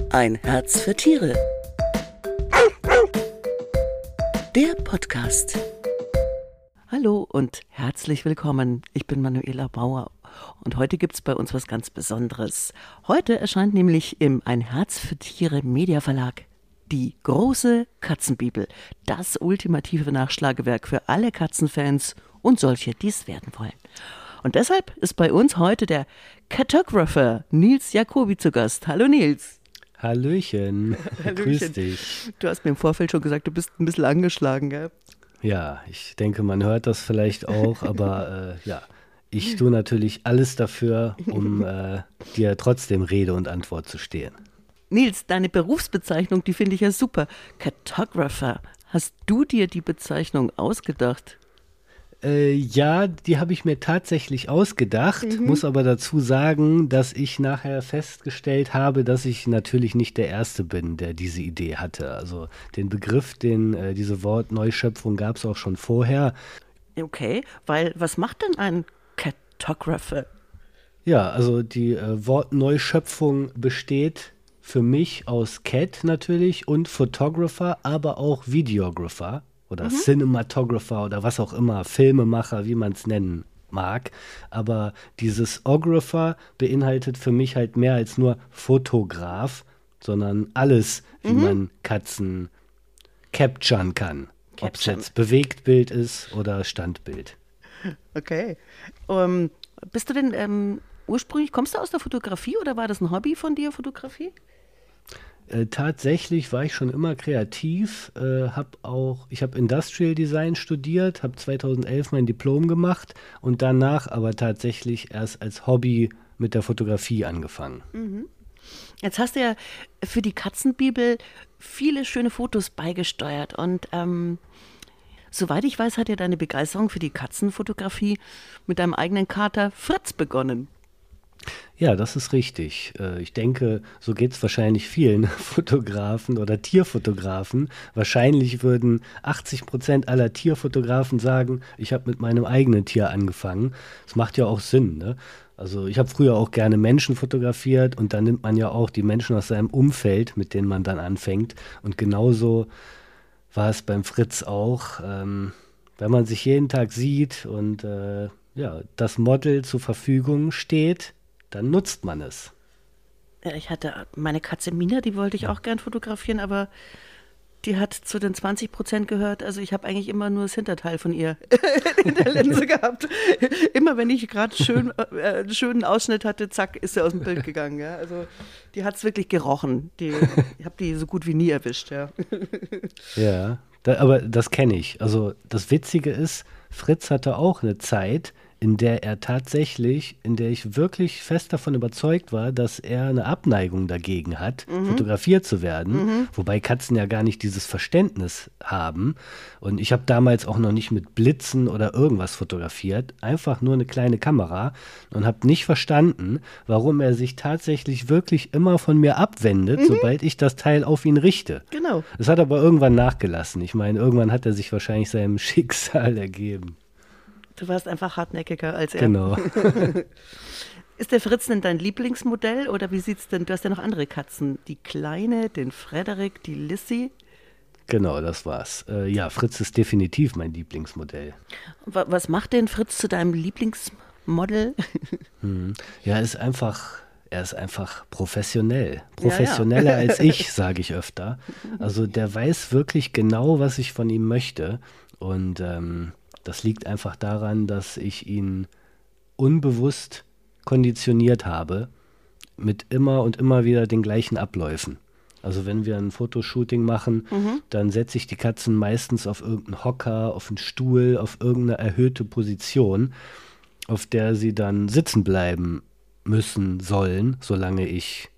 Ein Herz für Tiere. Der Podcast. Hallo und herzlich willkommen. Ich bin Manuela Bauer und heute gibt es bei uns was ganz Besonderes. Heute erscheint nämlich im Ein Herz für Tiere Media Verlag die große Katzenbibel. Das ultimative Nachschlagewerk für alle Katzenfans und solche, die es werden wollen. Und deshalb ist bei uns heute der Cartographer Nils Jacobi zu Gast. Hallo Nils. Hallöchen, grüß dich. Du hast mir im Vorfeld schon gesagt, du bist ein bisschen angeschlagen, gell? Ja, ich denke, man hört das vielleicht auch, aber ich tue natürlich alles dafür, um dir trotzdem Rede und Antwort zu stehen. Nils, deine Berufsbezeichnung, die finde ich ja super. Cartographer. Hast du dir die Bezeichnung ausgedacht? Ja, die habe ich mir tatsächlich ausgedacht, muss aber dazu sagen, dass ich nachher festgestellt habe, dass ich natürlich nicht der Erste bin, der diese Idee hatte. Also den Begriff, diese Wortneuschöpfung gab es auch schon vorher. Okay, weil was macht denn ein Cartographer? Ja, also die Wortneuschöpfung besteht für mich aus Cat natürlich und Photographer, aber auch Videographer. Oder Cinematographer oder was auch immer, Filmemacher, wie man es nennen mag. Aber dieses Ographer beinhaltet für mich halt mehr als nur Fotograf, sondern alles, wie man Katzen capturen kann. Ob es jetzt Bewegtbild ist oder Standbild. Okay. Bist du denn ursprünglich, kommst du aus der Fotografie oder war das ein Hobby von dir, Fotografie? Tatsächlich war ich schon immer kreativ, ich habe Industrial Design studiert, habe 2011 mein Diplom gemacht und danach aber tatsächlich erst als Hobby mit der Fotografie angefangen. Jetzt hast du ja für die Katzenbibel viele schöne Fotos beigesteuert und soweit ich weiß, hat ja deine Begeisterung für die Katzenfotografie mit deinem eigenen Kater Fritz begonnen. Ja, das ist richtig. Ich denke, so geht es wahrscheinlich vielen Fotografen oder Tierfotografen. Wahrscheinlich würden 80% aller Tierfotografen sagen, ich habe mit meinem eigenen Tier angefangen. Das macht ja auch Sinn, ne? Also ich habe früher auch gerne Menschen fotografiert und dann nimmt man ja auch die Menschen aus seinem Umfeld, mit denen man dann anfängt. Und genauso war es beim Fritz auch. Wenn man sich jeden Tag sieht und das Model zur Verfügung steht, dann nutzt man es. Ja, ich hatte meine Katze Mina, die wollte ich auch gern fotografieren, aber die hat zu den 20% gehört. Also ich habe eigentlich immer nur das Hinterteil von ihr in der Linse gehabt. Immer wenn ich gerade einen schönen Ausschnitt hatte, zack, ist sie aus dem Bild gegangen. Ja? Also die hat es wirklich gerochen. Ich habe die so gut wie nie erwischt. Ja, ja aber das kenne ich. Also das Witzige ist, Fritz hatte auch eine Zeit, in der ich wirklich fest davon überzeugt war, dass er eine Abneigung dagegen hat, fotografiert zu werden, wobei Katzen ja gar nicht dieses Verständnis haben. Und ich habe damals auch noch nicht mit Blitzen oder irgendwas fotografiert, einfach nur eine kleine Kamera und habe nicht verstanden, warum er sich tatsächlich wirklich immer von mir abwendet, sobald ich das Teil auf ihn richte. Genau. Das hat aber irgendwann nachgelassen. Ich meine, irgendwann hat er sich wahrscheinlich seinem Schicksal ergeben. Du warst einfach hartnäckiger als er. Genau. Ist der Fritz denn dein Lieblingsmodell oder wie sieht's denn? Du hast ja noch andere Katzen. Die Kleine, den Frederik, die Lissy. Genau, das war's. Ja, Fritz ist definitiv mein Lieblingsmodell. Was macht denn Fritz zu deinem Lieblingsmodel? Ja, er ist einfach professionell. Professioneller als ich, sage ich öfter. Also der weiß wirklich genau, was ich von ihm möchte. Und das liegt einfach daran, dass ich ihn unbewusst konditioniert habe mit immer und immer wieder den gleichen Abläufen. Also wenn wir ein Fotoshooting machen, dann setze ich die Katzen meistens auf irgendeinen Hocker, auf einen Stuhl, auf irgendeine erhöhte Position, auf der sie dann sitzen bleiben müssen, sollen, solange ich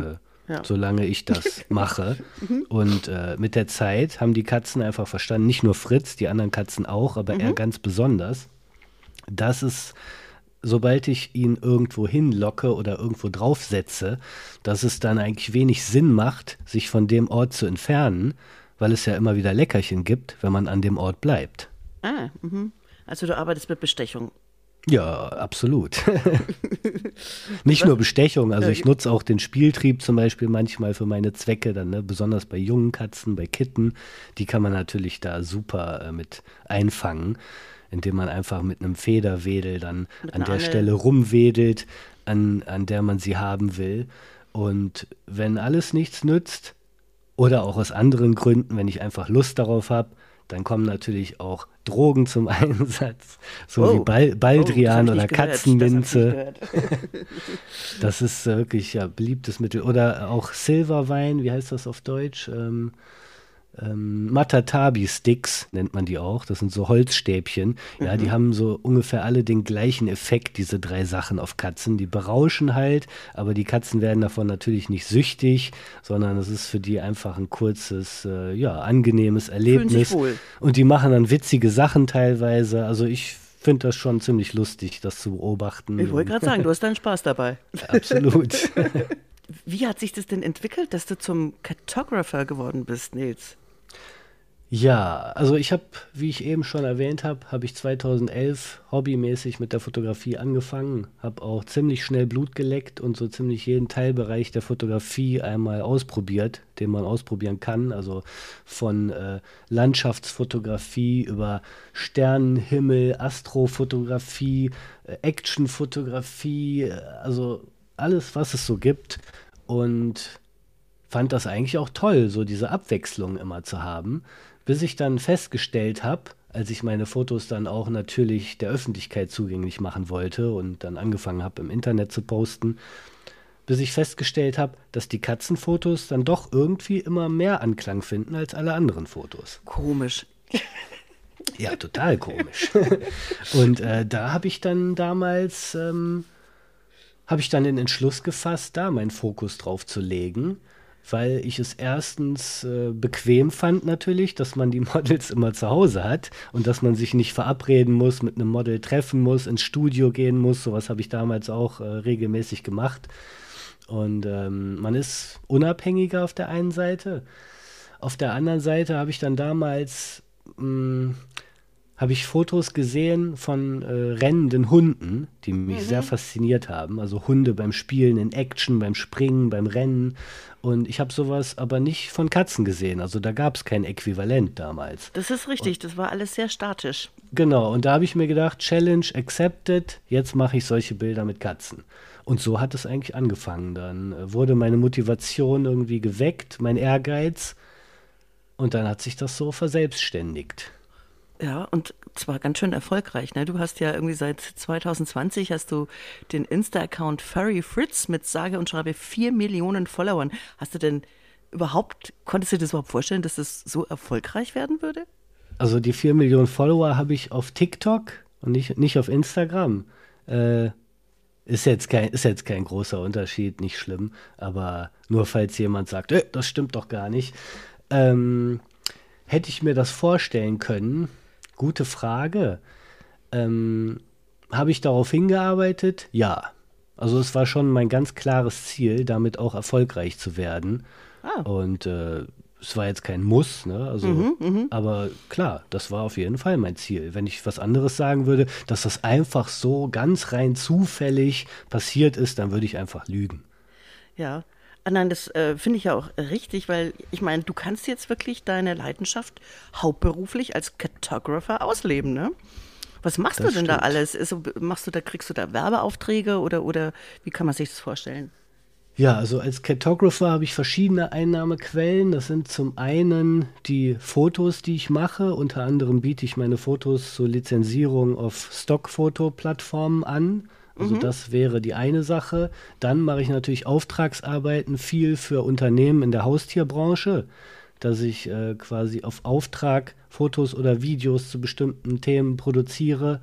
das mache. Und mit der Zeit haben die Katzen einfach verstanden, nicht nur Fritz, die anderen Katzen auch, aber er ganz besonders, dass es, sobald ich ihn irgendwo hinlocke oder irgendwo draufsetze, dass es dann eigentlich wenig Sinn macht, sich von dem Ort zu entfernen, weil es ja immer wieder Leckerchen gibt, wenn man an dem Ort bleibt. Also du arbeitest mit Bestechung. Ja, absolut. Nicht nur Bestechung, also ich nutze auch den Spieltrieb zum Beispiel manchmal für meine Zwecke dann, ne? Besonders bei jungen Katzen, bei Kitten, die kann man natürlich da super mit einfangen, indem man einfach mit einem Federwedel dann an der Stelle rumwedelt, an der man sie haben will. Und wenn alles nichts nützt oder auch aus anderen Gründen, wenn ich einfach Lust darauf habe, dann kommen natürlich auch Drogen zum Einsatz, so wie Baldrian oder Katzenminze. Das ist wirklich ja beliebtes Mittel. Oder auch Silverwein, wie heißt das auf Deutsch? Matatabi-Sticks nennt man die auch. Das sind so Holzstäbchen. Ja, die haben so ungefähr alle den gleichen Effekt, diese 3 Sachen auf Katzen. Die berauschen halt, aber die Katzen werden davon natürlich nicht süchtig, sondern es ist für die einfach ein kurzes, angenehmes Erlebnis. Fühlen sich wohl. Und die machen dann witzige Sachen teilweise. Also ich finde das schon ziemlich lustig, das zu beobachten. Ich wollte gerade sagen, du hast deinen Spaß dabei. Absolut. Wie hat sich das denn entwickelt, dass du zum Cartographer geworden bist, Nils? Ja, also ich habe, wie ich eben schon erwähnt habe ich 2011 hobbymäßig mit der Fotografie angefangen, habe auch ziemlich schnell Blut geleckt und so ziemlich jeden Teilbereich der Fotografie einmal ausprobiert, den man ausprobieren kann, also von Landschaftsfotografie über Sternenhimmel, Astrofotografie, Actionfotografie, also alles, was es so gibt, und fand das eigentlich auch toll, so diese Abwechslung immer zu haben, bis ich dann festgestellt habe, als ich meine Fotos dann auch natürlich der Öffentlichkeit zugänglich machen wollte und dann angefangen habe, im Internet zu posten, bis ich festgestellt habe, dass die Katzenfotos dann doch irgendwie immer mehr Anklang finden als alle anderen Fotos. Komisch. Ja, total komisch. Und da habe ich dann damals den Entschluss gefasst, da meinen Fokus drauf zu legen, weil ich es erstens bequem fand natürlich, dass man die Models immer zu Hause hat und dass man sich nicht verabreden muss, mit einem Model treffen muss, ins Studio gehen muss. Sowas habe ich damals auch regelmäßig gemacht. Und man ist unabhängiger auf der einen Seite. Auf der anderen Seite habe ich dann damals Fotos gesehen von rennenden Hunden, die mich sehr fasziniert haben. Also Hunde beim Spielen in Action, beim Springen, beim Rennen. Und ich habe sowas aber nicht von Katzen gesehen. Also da gab es kein Äquivalent damals. Das ist richtig, das war alles sehr statisch. Genau, und da habe ich mir gedacht, Challenge accepted, jetzt mache ich solche Bilder mit Katzen. Und so hat es eigentlich angefangen. Dann wurde meine Motivation irgendwie geweckt, mein Ehrgeiz. Und dann hat sich das so verselbstständigt. Ja, und zwar ganz schön erfolgreich, ne? Du hast ja irgendwie seit 2020 hast du den Insta-Account Furry Fritz mit sage und schreibe 4 Millionen Followern. Konntest du dir das überhaupt vorstellen, dass das so erfolgreich werden würde? Also die 4 Millionen Follower habe ich auf TikTok und nicht auf Instagram. Ist jetzt kein großer Unterschied, nicht schlimm, aber nur falls jemand sagt, das stimmt doch gar nicht. Hätte ich mir das vorstellen können? Gute Frage. Habe ich darauf hingearbeitet? Ja. Also es war schon mein ganz klares Ziel, damit auch erfolgreich zu werden. Und es war jetzt kein Muss, ne? Also, aber klar, das war auf jeden Fall mein Ziel. Wenn ich was anderes sagen würde, dass das einfach so ganz rein zufällig passiert ist, dann würde ich einfach lügen. Ja. Nein, das finde ich ja auch richtig, weil ich meine, du kannst jetzt wirklich deine Leidenschaft hauptberuflich als Cartographer ausleben, ne? Was machst du denn da alles? Kriegst du da Werbeaufträge oder wie kann man sich das vorstellen? Ja, also als Cartographer habe ich verschiedene Einnahmequellen. Das sind zum einen die Fotos, die ich mache. Unter anderem biete ich meine Fotos zur Lizenzierung auf Stockfoto-Plattformen an. Also das wäre die eine Sache. Dann mache ich natürlich Auftragsarbeiten viel für Unternehmen in der Haustierbranche, dass ich quasi auf Auftrag Fotos oder Videos zu bestimmten Themen produziere.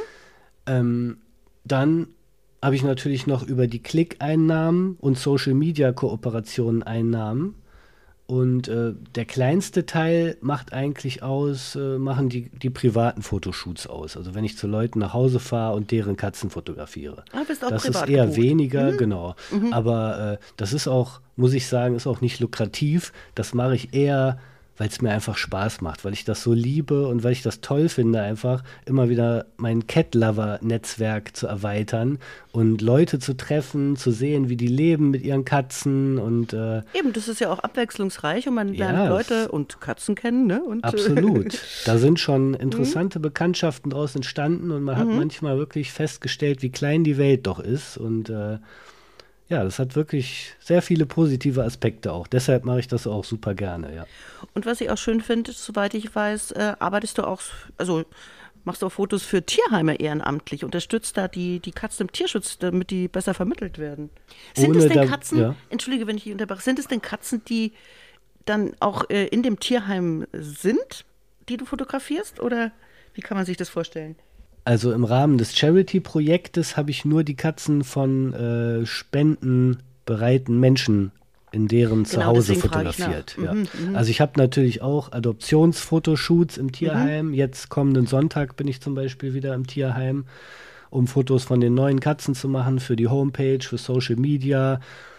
Dann habe ich natürlich noch über die Klickeinnahmen und Social-Media-Kooperationen Einnahmen. Und der kleinste Teil machen die privaten Fotoshoots aus. Also wenn ich zu Leuten nach Hause fahre und deren Katzen fotografiere. Bist auch das privat ist eher gebucht. weniger, genau. Aber das ist auch, muss ich sagen, ist auch nicht lukrativ. Das mache ich eher, weil es mir einfach Spaß macht, weil ich das so liebe und weil ich das toll finde, einfach immer wieder mein Cat-Lover-Netzwerk zu erweitern und Leute zu treffen, zu sehen, wie die leben mit ihren Katzen und Eben, das ist ja auch abwechslungsreich und man lernt Leute und Katzen kennen, ne? Und, absolut. Da sind schon interessante Bekanntschaften draus entstanden und man hat manchmal wirklich festgestellt, wie klein die Welt doch ist und ja, das hat wirklich sehr viele positive Aspekte auch. Deshalb mache ich das auch super gerne, ja. Und was ich auch schön finde, soweit ich weiß, arbeitest du auch, also machst du auch Fotos für Tierheime ehrenamtlich, unterstützt da die Katzen im Tierschutz, damit die besser vermittelt werden. Sind es denn Katzen, entschuldige, wenn ich dich unterbreche, sind es denn Katzen, die dann auch in dem Tierheim sind, die du fotografierst? Oder wie kann man sich das vorstellen? Also im Rahmen des Charity-Projektes habe ich nur die Katzen von spendenbereiten Menschen in deren Zuhause fotografiert. Ja. Also ich habe natürlich auch Adoptionsfotoshoots im Tierheim. Jetzt kommenden Sonntag bin ich zum Beispiel wieder im Tierheim, um Fotos von den neuen Katzen zu machen für die Homepage, für Social Media.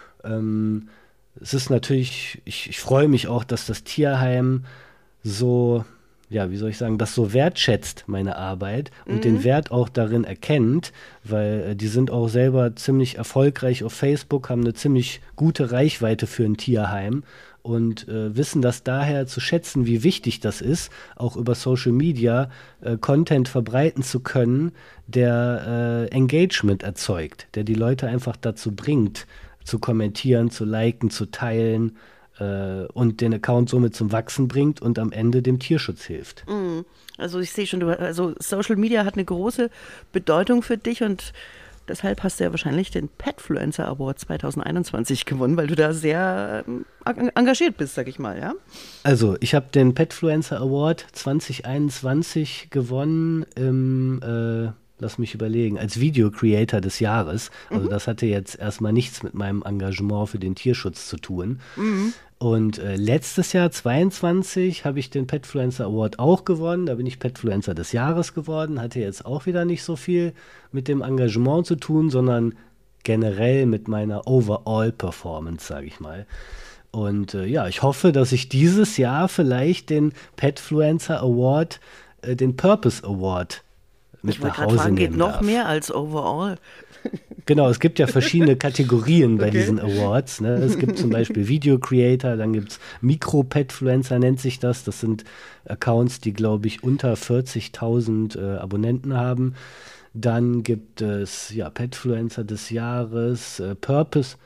Es ist natürlich, ich freue mich auch, dass das Tierheim so, ja, wie soll ich sagen, das so wertschätzt, meine Arbeit und den Wert auch darin erkennt, weil die sind auch selber ziemlich erfolgreich auf Facebook, haben eine ziemlich gute Reichweite für ein Tierheim und wissen das daher zu schätzen, wie wichtig das ist, auch über Social Media Content verbreiten zu können, der Engagement erzeugt, der die Leute einfach dazu bringt, zu kommentieren, zu liken, zu teilen, und den Account somit zum Wachsen bringt und am Ende dem Tierschutz hilft. Also ich sehe schon, also Social Media hat eine große Bedeutung für dich und deshalb hast du ja wahrscheinlich den Petfluencer Award 2021 gewonnen, weil du da sehr engagiert bist, sag ich mal, ja? Also ich habe den Petfluencer Award 2021 gewonnen im lass mich überlegen, als Video-Creator des Jahres. Also das hatte jetzt erstmal nichts mit meinem Engagement für den Tierschutz zu tun. Und letztes Jahr, 22, habe ich den Petfluencer Award auch gewonnen. Da bin ich Petfluencer des Jahres geworden. Hatte jetzt auch wieder nicht so viel mit dem Engagement zu tun, sondern generell mit meiner Overall-Performance, sage ich mal. Und ja, ich hoffe, dass ich dieses Jahr vielleicht den Petfluencer Award, den Purpose Award mit nach Hause nehmen geht noch darf. mehr als overall. Genau, es gibt ja verschiedene Kategorien bei diesen Awards. Ne? Es gibt zum Beispiel Video Creator, dann gibt es Mikro-Petfluencer, nennt sich das. Das sind Accounts, die, glaube ich, unter 40.000 Abonnenten haben. Dann gibt es Petfluencer des Jahres, Purpose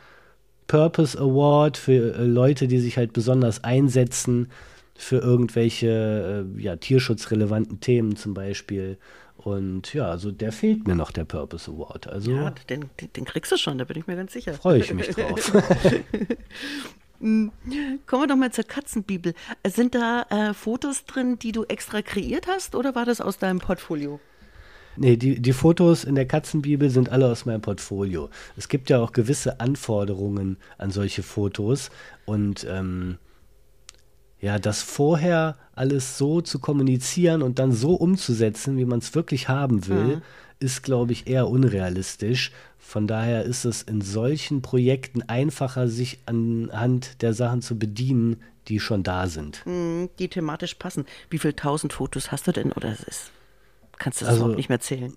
Award für Leute, die sich halt besonders einsetzen für irgendwelche tierschutzrelevanten Themen zum Beispiel. Und ja, also der fehlt mir noch, der Purpose Award. Also, ja, den kriegst du schon, da bin ich mir ganz sicher. Freue ich mich drauf. Kommen wir doch mal zur Katzenbibel. Sind da Fotos drin, die du extra kreiert hast oder war das aus deinem Portfolio? Nee, die Fotos in der Katzenbibel sind alle aus meinem Portfolio. Es gibt ja auch gewisse Anforderungen an solche Fotos und das vorher alles so zu kommunizieren und dann so umzusetzen, wie man es wirklich haben will, ist, glaube ich, eher unrealistisch. Von daher ist es in solchen Projekten einfacher, sich anhand der Sachen zu bedienen, die schon da sind. Die thematisch passen. Wie viele 1000 Fotos hast du denn? Oder kannst du das überhaupt nicht mehr zählen?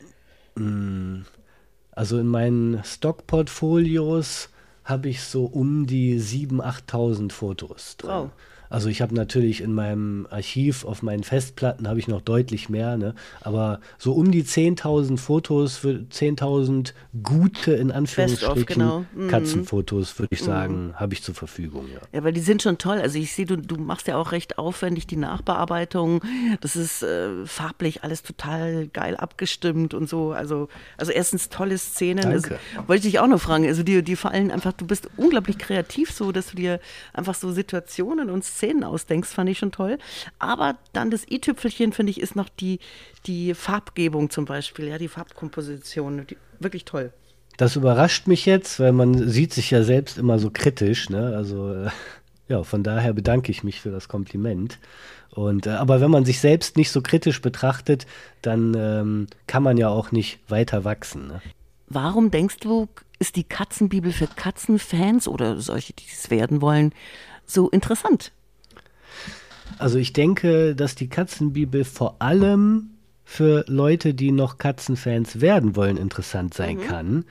Also in meinen Stockportfolios habe ich so um die 7.000, 8.000 Fotos drin. Wow. Also ich habe natürlich in meinem Archiv auf meinen Festplatten habe ich noch deutlich mehr, ne? Aber so um die 10.000 Fotos, für 10.000 gute, in Anführungsstrichen, Katzenfotos, würde ich sagen, habe ich zur Verfügung. Ja. Ja, weil die sind schon toll. Also ich sehe, du machst ja auch recht aufwendig die Nachbearbeitung. Das ist farblich alles total geil abgestimmt und so. Also erstens tolle Szenen. Danke. Wollte ich dich auch noch fragen. Also die fallen einfach, du bist unglaublich kreativ so, dass du dir einfach so Situationen und Szenen ausdenkst, fand ich schon toll. Aber dann das i-Tüpfelchen, finde ich, ist noch die Farbgebung zum Beispiel, ja, die Farbkomposition, wirklich toll. Das überrascht mich jetzt, weil man sieht sich ja selbst immer so kritisch, ne? Also von daher bedanke ich mich für das Kompliment. Und aber wenn man sich selbst nicht so kritisch betrachtet, dann kann man ja auch nicht weiter wachsen. Ne? Warum denkst du, ist die Katzenbibel für Katzenfans oder solche, die es werden wollen, so interessant? Also ich denke, dass die Katzenbibel vor allem für Leute, die noch Katzenfans werden wollen, interessant sein kann.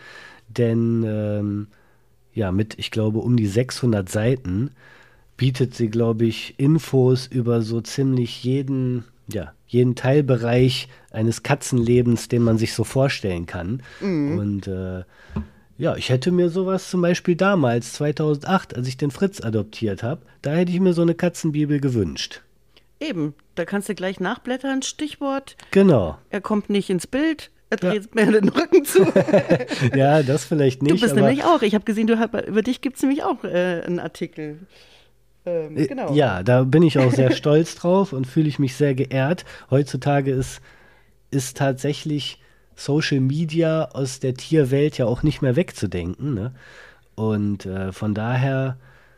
Denn mit, ich glaube, um die 600 Seiten bietet sie, glaube ich, Infos über so ziemlich jeden Teilbereich eines Katzenlebens, den man sich so vorstellen kann. Und ich hätte mir sowas zum Beispiel damals, 2008, als ich den Fritz adoptiert habe, da hätte ich mir so eine Katzenbibel gewünscht. Eben, da kannst du gleich nachblättern, Stichwort. Genau. Er kommt nicht ins Bild, er dreht mir den Rücken zu. Ja, das vielleicht nicht. Du bist nämlich auch, ich habe gesehen, über dich gibt es nämlich auch einen Artikel. Genau. Ja, da bin ich auch sehr stolz drauf und fühle ich mich sehr geehrt. Heutzutage ist tatsächlich Social Media aus der Tierwelt ja auch nicht mehr wegzudenken. Ne? Und von daher,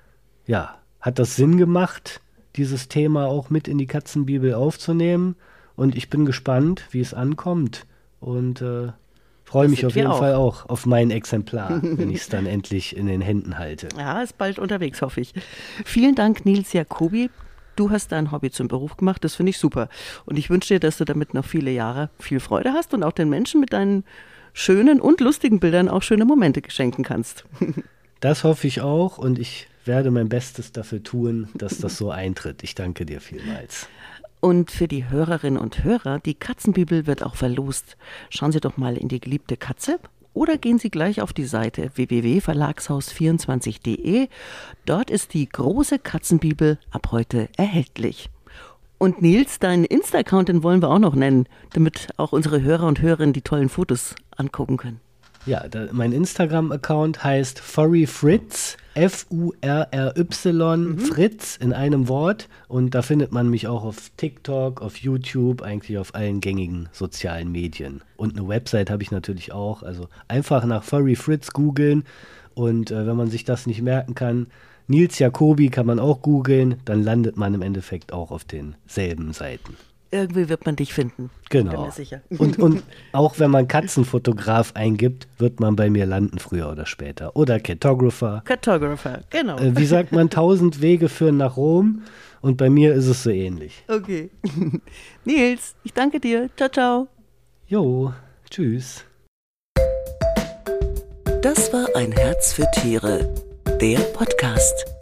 hat das Sinn gemacht, dieses Thema auch mit in die Katzenbibel aufzunehmen. Und ich bin gespannt, wie es ankommt. Und freue mich auf jeden Fall auch auf mein Exemplar, wenn ich es dann endlich in den Händen halte. Ja, ist bald unterwegs, hoffe ich. Vielen Dank, Nils Jacobi. Du hast dein Hobby zum Beruf gemacht, das finde ich super. Und ich wünsche dir, dass du damit noch viele Jahre viel Freude hast und auch den Menschen mit deinen schönen und lustigen Bildern auch schöne Momente schenken kannst. Das hoffe ich auch und ich werde mein Bestes dafür tun, dass das so eintritt. Ich danke dir vielmals. Und für die Hörerinnen und Hörer, die Katzenbibel wird auch verlost. Schauen Sie doch mal in die geliebte Katze oder gehen Sie gleich auf die Seite www.verlagshaus24.de. Dort ist die große Katzenbibel ab heute erhältlich. Und Nils, deinen Insta-Account, den wollen wir auch noch nennen, damit auch unsere Hörer und Hörerinnen die tollen Fotos angucken können. Ja, mein Instagram-Account heißt FurryFritz, F-U-R-R-Y, Fritz in einem Wort. Und da findet man mich auch auf TikTok, auf YouTube, eigentlich auf allen gängigen sozialen Medien. Und eine Website habe ich natürlich auch. Also einfach nach FurryFritz googeln. Und wenn man sich das nicht merken kann, Nils Jacobi kann man auch googeln. Dann landet man im Endeffekt auch auf denselben Seiten. Irgendwie wird man dich finden. Genau. Bin mir sicher. Und auch wenn man Katzenfotograf eingibt, wird man bei mir landen, früher oder später. Oder Cartographer. Cartographer, genau. Wie sagt man, 1000 Wege führen nach Rom. Und bei mir ist es so ähnlich. Okay. Nils, ich danke dir. Ciao, ciao. Jo, tschüss. Das war Ein Herz für Tiere, der Podcast.